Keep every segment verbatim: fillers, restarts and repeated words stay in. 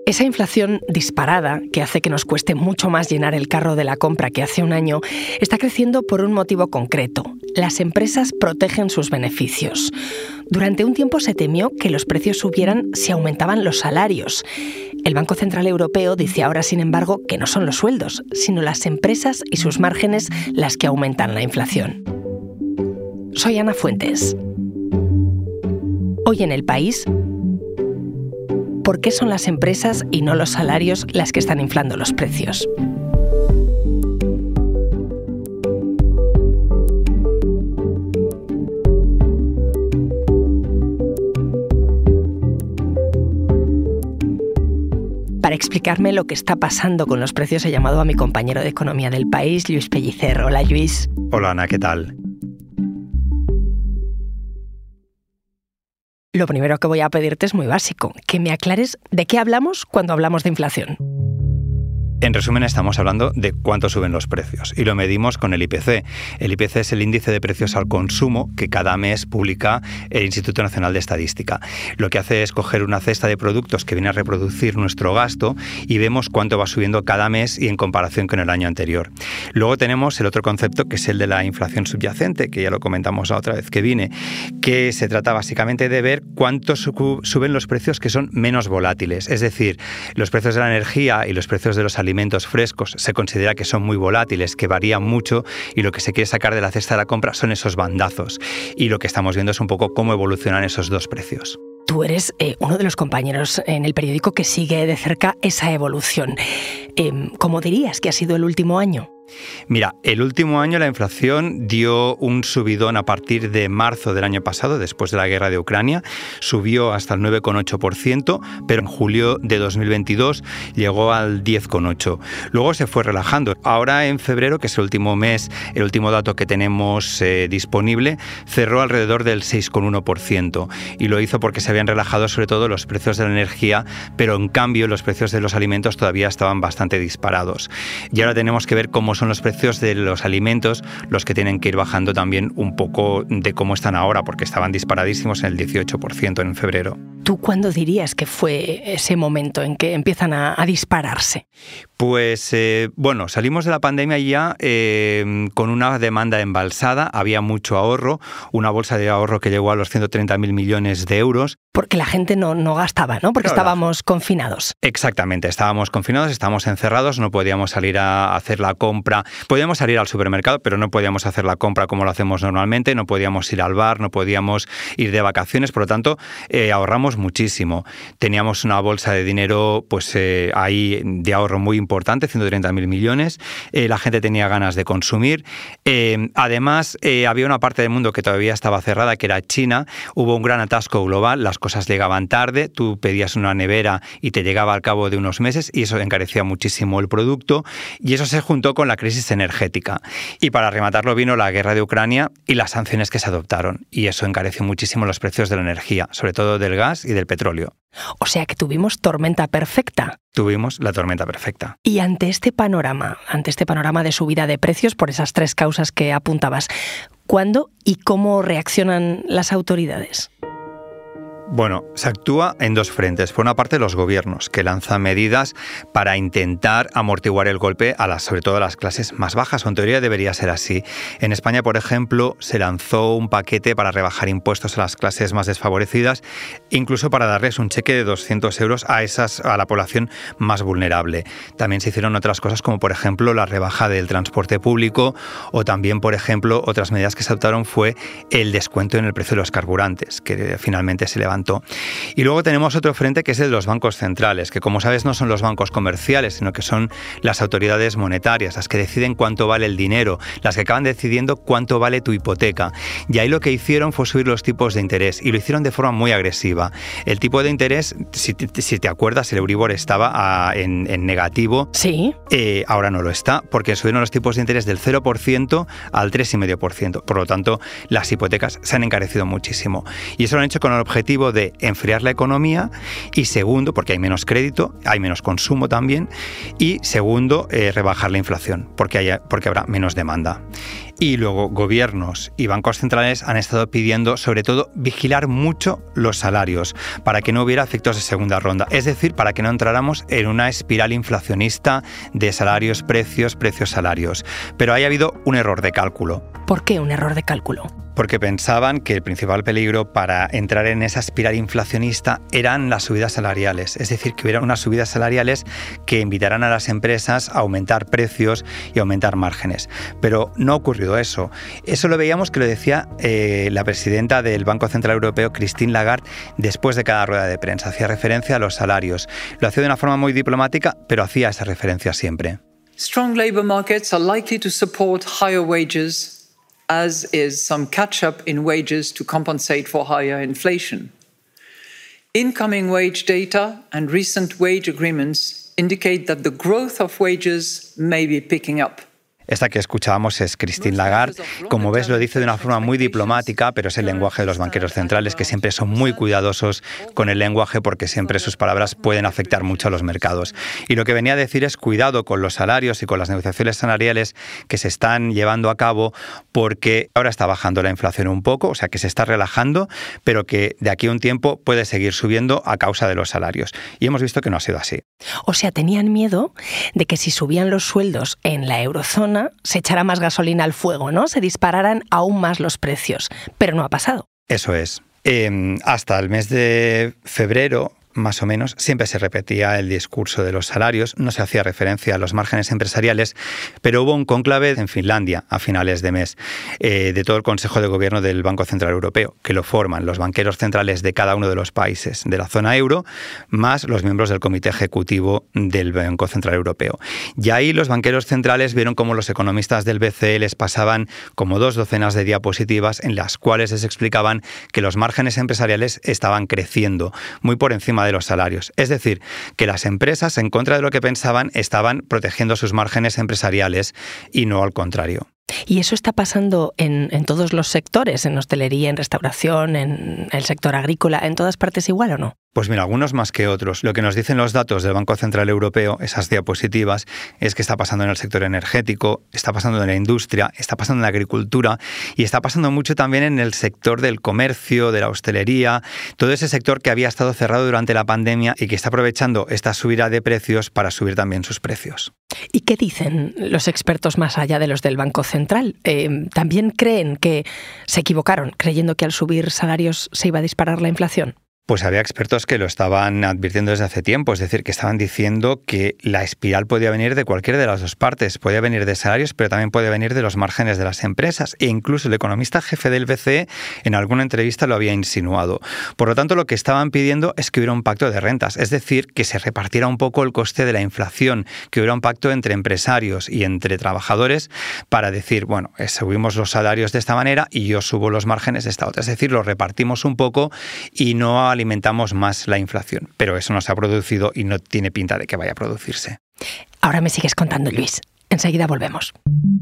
Esa inflación disparada, que hace que nos cueste mucho más llenar el carro de la compra que hace un año, está creciendo por un motivo concreto. Las empresas protegen sus beneficios. Durante un tiempo se temió que los precios subieran si aumentaban los salarios. El Banco Central Europeo dice ahora, sin embargo, que no son los sueldos, sino las empresas y sus márgenes las que aumentan la inflación. Soy Ana Fuentes. Hoy en El País, ¿por qué son las empresas y no los salarios las que están inflando los precios? Para explicarme lo que está pasando con los precios he llamado a mi compañero de Economía del País, Lluís Pellicer. Hola, Lluís. Hola, Ana, ¿qué tal? Lo primero que voy a pedirte es muy básico, que me aclares de qué hablamos cuando hablamos de inflación. En resumen, estamos hablando de cuánto suben los precios y lo medimos con el I P C. El I P C es el índice de precios al consumo que cada mes publica el Instituto Nacional de Estadística. Lo que hace es coger una cesta de productos que viene a reproducir nuestro gasto y vemos cuánto va subiendo cada mes y en comparación con el año anterior. Luego tenemos el otro concepto, que es el de la inflación subyacente, que ya lo comentamos la otra vez que vine, que se trata básicamente de ver cuánto suben los precios que son menos volátiles. Es decir, los precios de la energía y los precios de los alimentos alimentos frescos se considera que son muy volátiles, que varían mucho y lo que se quiere sacar de la cesta de la compra son esos bandazos. Y lo que estamos viendo es un poco cómo evolucionan esos dos precios. Tú eres eh, uno de los compañeros en el periódico que sigue de cerca esa evolución. Eh, ¿Cómo dirías que ha sido el último año? Mira, el último año la inflación dio un subidón a partir de marzo del año pasado, después de la guerra de Ucrania. Subió hasta el nueve coma ocho por ciento, pero en julio de dos mil veintidós llegó al diez coma ocho por ciento. Luego se fue relajando. Ahora en febrero, que es el último mes, el último dato que tenemos eh, disponible, cerró alrededor del seis coma uno por ciento. Y lo hizo porque se habían relajado sobre todo los precios de la energía, pero en cambio los precios de los alimentos todavía estaban bastante disparados. Y ahora tenemos que ver cómo son los precios de los alimentos los que tienen que ir bajando también un poco de cómo están ahora, porque estaban disparadísimos en el dieciocho por ciento en febrero. ¿Tú cuándo dirías que fue ese momento en que empiezan a, a dispararse? Pues, eh, bueno, salimos de la pandemia ya eh, con una demanda embalsada, había mucho ahorro, una bolsa de ahorro que llegó a los ciento treinta mil millones de euros. Porque la gente no, no gastaba, ¿no? Porque claro, estábamos confinados. Exactamente, estábamos confinados, estábamos encerrados, no podíamos salir a hacer la compra. Podíamos salir al supermercado, pero no podíamos hacer la compra como lo hacemos normalmente, no podíamos ir al bar, no podíamos ir de vacaciones, por lo tanto, eh, ahorramos muchísimo. Teníamos una bolsa de dinero pues eh, ahí de ahorro muy importante, ciento treinta mil millones. Eh, la gente tenía ganas de consumir. Eh, además, eh, había una parte del mundo que todavía estaba cerrada, que era China. Hubo un gran atasco global, las cosas llegaban tarde, tú pedías una nevera y te llegaba al cabo de unos meses y eso encarecía muchísimo el producto y eso se juntó con la crisis energética. Y para rematarlo vino la guerra de Ucrania y las sanciones que se adoptaron y eso encareció muchísimo los precios de la energía, sobre todo del gas y del petróleo. O sea que tuvimos tormenta perfecta. Tuvimos la tormenta perfecta. Y ante este panorama, ante este panorama de subida de precios por esas tres causas que apuntabas, ¿cuándo y cómo reaccionan las autoridades? Bueno, se actúa en dos frentes. Por una parte, los gobiernos, que lanzan medidas para intentar amortiguar el golpe a las, sobre todo a las clases más bajas, o en teoría debería ser así. En España, por ejemplo, se lanzó un paquete para rebajar impuestos a las clases más desfavorecidas, incluso para darles un cheque de doscientos euros a, esas, a la población más vulnerable. También se hicieron otras cosas, como por ejemplo la rebaja del transporte público, o también, por ejemplo, otras medidas que se adoptaron fue el descuento en el precio de los carburantes, que finalmente se levantó. Y luego tenemos otro frente que es el de los bancos centrales, que como sabes no son los bancos comerciales, sino que son las autoridades monetarias, las que deciden cuánto vale el dinero, las que acaban decidiendo cuánto vale tu hipoteca. Y ahí lo que hicieron fue subir los tipos de interés y lo hicieron de forma muy agresiva. El tipo de interés, si te, si te acuerdas, el Euribor estaba a, en, en negativo. Sí. Eh, ahora no lo está, porque subieron los tipos de interés del cero por ciento al tres coma cinco por ciento. Por lo tanto, las hipotecas se han encarecido muchísimo. Y eso lo han hecho con el objetivo de enfriar la economía y segundo, porque hay menos crédito, hay menos consumo también y segundo, eh, rebajar la inflación porque, haya, porque habrá menos demanda. Y luego gobiernos y bancos centrales han estado pidiendo, sobre todo, vigilar mucho los salarios para que no hubiera efectos de segunda ronda. Es decir, para que no entráramos en una espiral inflacionista de salarios, precios, precios, salarios. Pero ahí ha habido un error de cálculo. ¿Por qué un error de cálculo? Porque pensaban que el principal peligro para entrar en esa espiral inflacionista eran las subidas salariales. Es decir, que hubiera unas subidas salariales que invitaran a las empresas a aumentar precios y aumentar márgenes. Pero no ha ocurrido eso. Eso lo veíamos que lo decía eh, la presidenta del Banco Central Europeo, Christine Lagarde, después de cada rueda de prensa. Hacía referencia a los salarios. Lo hacía de una forma muy diplomática, pero hacía esa referencia siempre. Strong labor markets are likely to support higher wages, as is some catch-up in wages to compensate for higher inflation. Incoming wage data and recent wage agreements indicate that the growth of wages may be picking up. Esta que escuchábamos es Christine Lagarde. Como ves, lo dice de una forma muy diplomática, pero es el lenguaje de los banqueros centrales, que siempre son muy cuidadosos con el lenguaje porque siempre sus palabras pueden afectar mucho a los mercados. Y lo que venía a decir es cuidado con los salarios y con las negociaciones salariales que se están llevando a cabo, porque ahora está bajando la inflación un poco, o sea que se está relajando, pero que de aquí a un tiempo puede seguir subiendo a causa de los salarios. Y hemos visto que no ha sido así. O sea, tenían miedo de que si subían los sueldos en la eurozona se echara más gasolina al fuego, ¿no? Se dispararan aún más los precios, pero no ha pasado. Eso es. Eh, hasta el mes de febrero, más o menos, siempre se repetía el discurso de los salarios, no se hacía referencia a los márgenes empresariales, pero hubo un cónclave en Finlandia a finales de mes eh, de todo el Consejo de Gobierno del Banco Central Europeo, que lo forman los banqueros centrales de cada uno de los países de la zona euro, más los miembros del Comité Ejecutivo del Banco Central Europeo. Y ahí los banqueros centrales vieron cómo los economistas del B C E les pasaban como dos docenas de diapositivas en las cuales les explicaban que los márgenes empresariales estaban creciendo muy por encima de los salarios. Es decir, que las empresas, en contra de lo que pensaban, estaban protegiendo sus márgenes empresariales y no al contrario. ¿Y eso está pasando en, en todos los sectores? ¿En hostelería, en restauración, en el sector agrícola, en todas partes igual o no? Pues mira, algunos más que otros. Lo que nos dicen los datos del Banco Central Europeo, esas diapositivas, es que está pasando en el sector energético, está pasando en la industria, está pasando en la agricultura y está pasando mucho también en el sector del comercio, de la hostelería, todo ese sector que había estado cerrado durante la pandemia y que está aprovechando esta subida de precios para subir también sus precios. ¿Y qué dicen los expertos más allá de los del Banco Central? Eh, ¿También creen que se equivocaron creyendo que al subir salarios se iba a disparar la inflación? Pues había expertos que lo estaban advirtiendo desde hace tiempo, es decir, que estaban diciendo que la espiral podía venir de cualquiera de las dos partes, podía venir de salarios, pero también puede venir de los márgenes de las empresas. E incluso el economista jefe del B C E en alguna entrevista lo había insinuado. Por lo tanto, lo que estaban pidiendo es que hubiera un pacto de rentas, es decir, que se repartiera un poco el coste de la inflación, que hubiera un pacto entre empresarios y entre trabajadores para decir, bueno, subimos los salarios de esta manera y yo subo los márgenes de esta otra. Es decir, los repartimos un poco y no alimentamos más la inflación. Pero eso no se ha producido y no tiene pinta de que vaya a producirse. Ahora me sigues contando, Luis. Enseguida volvemos.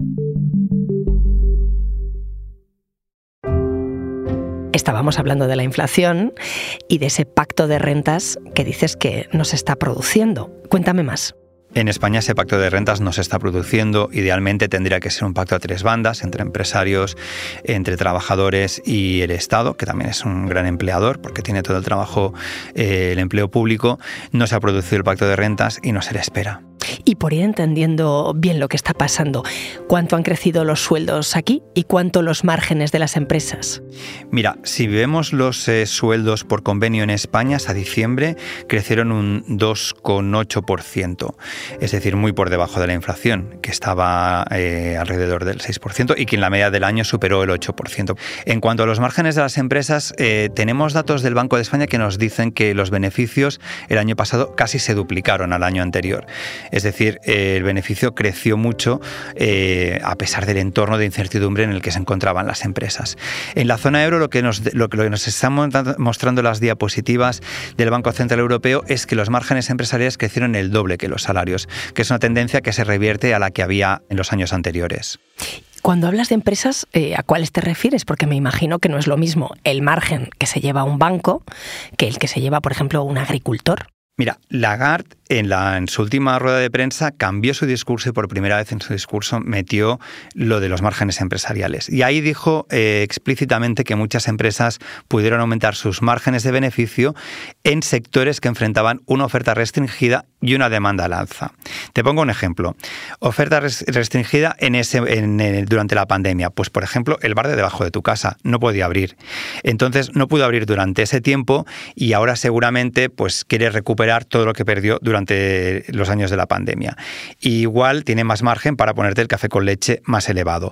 Estábamos hablando de la inflación y de ese pacto de rentas que dices que no se está produciendo. Cuéntame más. En España ese pacto de rentas no se está produciendo. Idealmente tendría que ser un pacto a tres bandas, entre empresarios, entre trabajadores y el Estado, que también es un gran empleador porque tiene todo el trabajo, eh, el empleo público. No se ha producido el pacto de rentas y no se le espera. Y por ir entendiendo bien lo que está pasando, ¿cuánto han crecido los sueldos aquí y cuánto los márgenes de las empresas? Mira, si vemos los eh, sueldos por convenio en España, hasta diciembre crecieron un dos coma ocho por ciento, es decir, muy por debajo de la inflación, que estaba eh, alrededor del seis por ciento y que en la media del año superó el ocho por ciento. En cuanto a los márgenes de las empresas, eh, tenemos datos del Banco de España que nos dicen que los beneficios el año pasado casi se duplicaron al año anterior. Es decir, eh, el beneficio creció mucho eh, a pesar del entorno de incertidumbre en el que se encontraban las empresas. En la zona euro lo que nos, lo que, lo que nos están mostrando las diapositivas del Banco Central Europeo es que los márgenes empresariales crecieron el doble que los salarios, que es una tendencia que se revierte a la que había en los años anteriores. Cuando hablas de empresas, eh, ¿a cuáles te refieres? Porque me imagino que no es lo mismo el margen que se lleva un banco que el que se lleva, por ejemplo, un agricultor. Mira, Lagarde en, la, en su última rueda de prensa cambió su discurso y por primera vez en su discurso metió lo de los márgenes empresariales. Y ahí dijo eh, explícitamente que muchas empresas pudieron aumentar sus márgenes de beneficio en sectores que enfrentaban una oferta restringida y una demanda al alza. Te pongo un ejemplo. Oferta restringida en ese, en, en, durante la pandemia. Pues, por ejemplo, el bar de debajo de tu casa no podía abrir. Entonces, no pudo abrir durante ese tiempo y ahora seguramente pues, quiere recuperar todo lo que perdió durante los años de la pandemia. Y igual tiene más margen para ponerte el café con leche más elevado.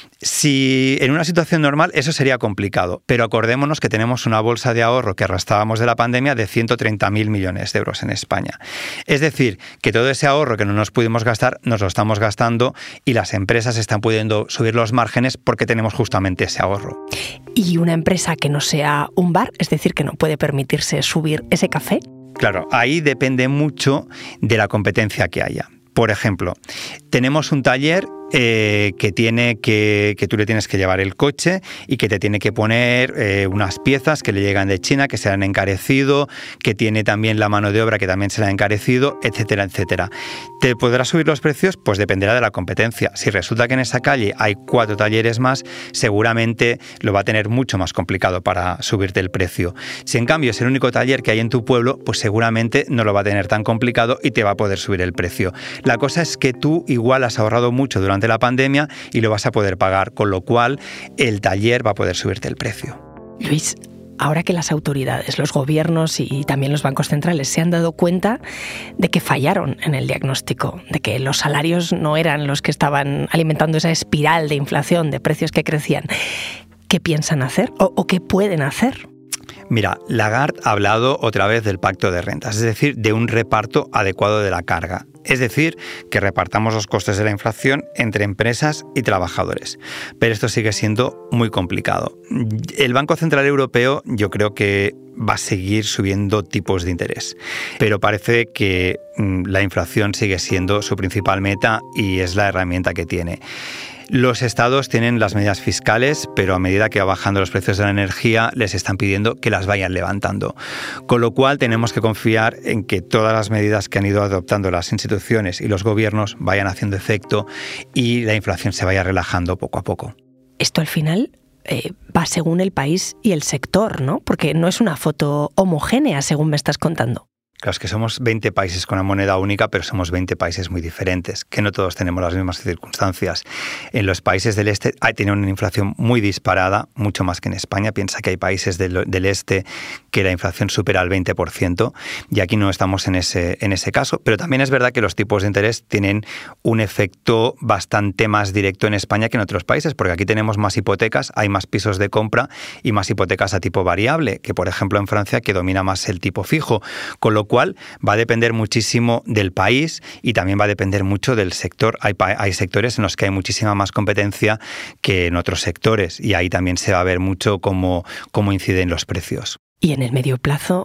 Si en una situación normal eso sería complicado, pero acordémonos que tenemos una bolsa de ahorro que arrastrábamos de la pandemia de ciento treinta mil millones de euros en España. Es decir, que todo ese ahorro que no nos pudimos gastar, nos lo estamos gastando y las empresas están pudiendo subir los márgenes porque tenemos justamente ese ahorro. ¿Y una empresa que no sea un bar, es decir, que no puede permitirse subir ese café? Claro, ahí depende mucho de la competencia que haya. Por ejemplo, tenemos un taller Eh, que tiene que, que tú le tienes que llevar el coche y que te tiene que poner eh, unas piezas que le llegan de China, que se le han encarecido, que tiene también la mano de obra que también se le ha encarecido, etcétera, etcétera. ¿Te podrá subir los precios? Pues dependerá de la competencia. Si resulta que en esa calle hay cuatro talleres más, seguramente lo va a tener mucho más complicado para subirte el precio. Si en cambio es el único taller que hay en tu pueblo, pues seguramente no lo va a tener tan complicado y te va a poder subir el precio. La cosa es que tú igual has ahorrado mucho durante de la pandemia y lo vas a poder pagar, con lo cual el taller va a poder subirte el precio. Luis, ahora que las autoridades, los gobiernos y también los bancos centrales se han dado cuenta de que fallaron en el diagnóstico, de que los salarios no eran los que estaban alimentando esa espiral de inflación, de precios que crecían, ¿qué piensan hacer o, o qué pueden hacer? Mira, Lagarde ha hablado otra vez del pacto de rentas, es decir, de un reparto adecuado de la carga. Es decir, que repartamos los costes de la inflación entre empresas y trabajadores. Pero esto sigue siendo muy complicado. El Banco Central Europeo yo creo que va a seguir subiendo tipos de interés. Pero parece que la inflación sigue siendo su principal meta y es la herramienta que tiene. Los estados tienen las medidas fiscales, pero a medida que va bajando los precios de la energía, les están pidiendo que las vayan levantando. Con lo cual tenemos que confiar en que todas las medidas que han ido adoptando las instituciones y los gobiernos vayan haciendo efecto y la inflación se vaya relajando poco a poco. Esto al final eh, va según el país y el sector, ¿no? Porque no es una foto homogénea, según me estás contando. Claro, es que somos veinte países con una moneda única, pero somos veinte países muy diferentes, que no todos tenemos las mismas circunstancias. En los países del este hay, tienen una inflación muy disparada, mucho más que en España. Piensa que hay países del, del este que la inflación supera el veinte por ciento y aquí no estamos en ese, en ese caso. Pero también es verdad que los tipos de interés tienen un efecto bastante más directo en España que en otros países, porque aquí tenemos más hipotecas, hay más pisos de compra y más hipotecas a tipo variable, que por ejemplo en Francia, que domina más el tipo fijo, con lo cual va a depender muchísimo del país y también va a depender mucho del sector. Hay, hay sectores en los que hay muchísima más competencia que en otros sectores y ahí también se va a ver mucho cómo, cómo inciden los precios. Y en el medio plazo,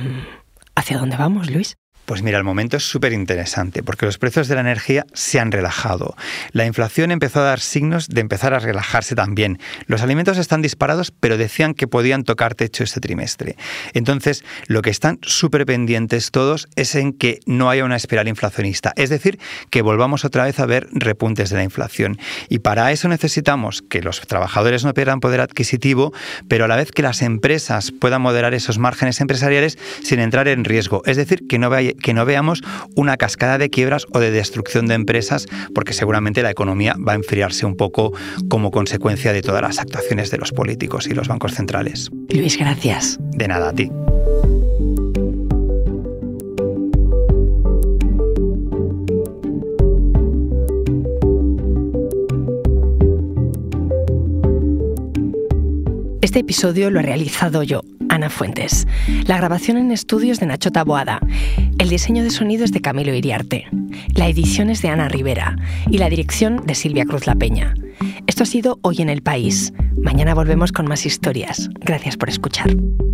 ¿hacia dónde vamos, Luis? Pues mira, el momento es súper interesante porque los precios de la energía se han relajado. La inflación empezó a dar signos de empezar a relajarse también. Los alimentos están disparados, pero decían que podían tocar techo este trimestre. Entonces, lo que están súper pendientes todos es en que no haya una espiral inflacionista. Es decir, que volvamos otra vez a ver repuntes de la inflación. Y para eso necesitamos que los trabajadores no pierdan poder adquisitivo, pero a la vez que las empresas puedan moderar esos márgenes empresariales sin entrar en riesgo. Es decir, que no vaya que no veamos una cascada de quiebras o de destrucción de empresas, porque seguramente la economía va a enfriarse un poco como consecuencia de todas las actuaciones de los políticos y los bancos centrales. Luis, gracias. De nada, a ti. Este episodio lo he realizado yo, Ana Fuentes. La grabación en estudios de Nacho Taboada. El diseño de sonido es de Camilo Iriarte. La edición es de Ana Rivera y la dirección de Silvia Cruz La Peña. Esto ha sido Hoy en el País. Mañana volvemos con más historias. Gracias por escuchar.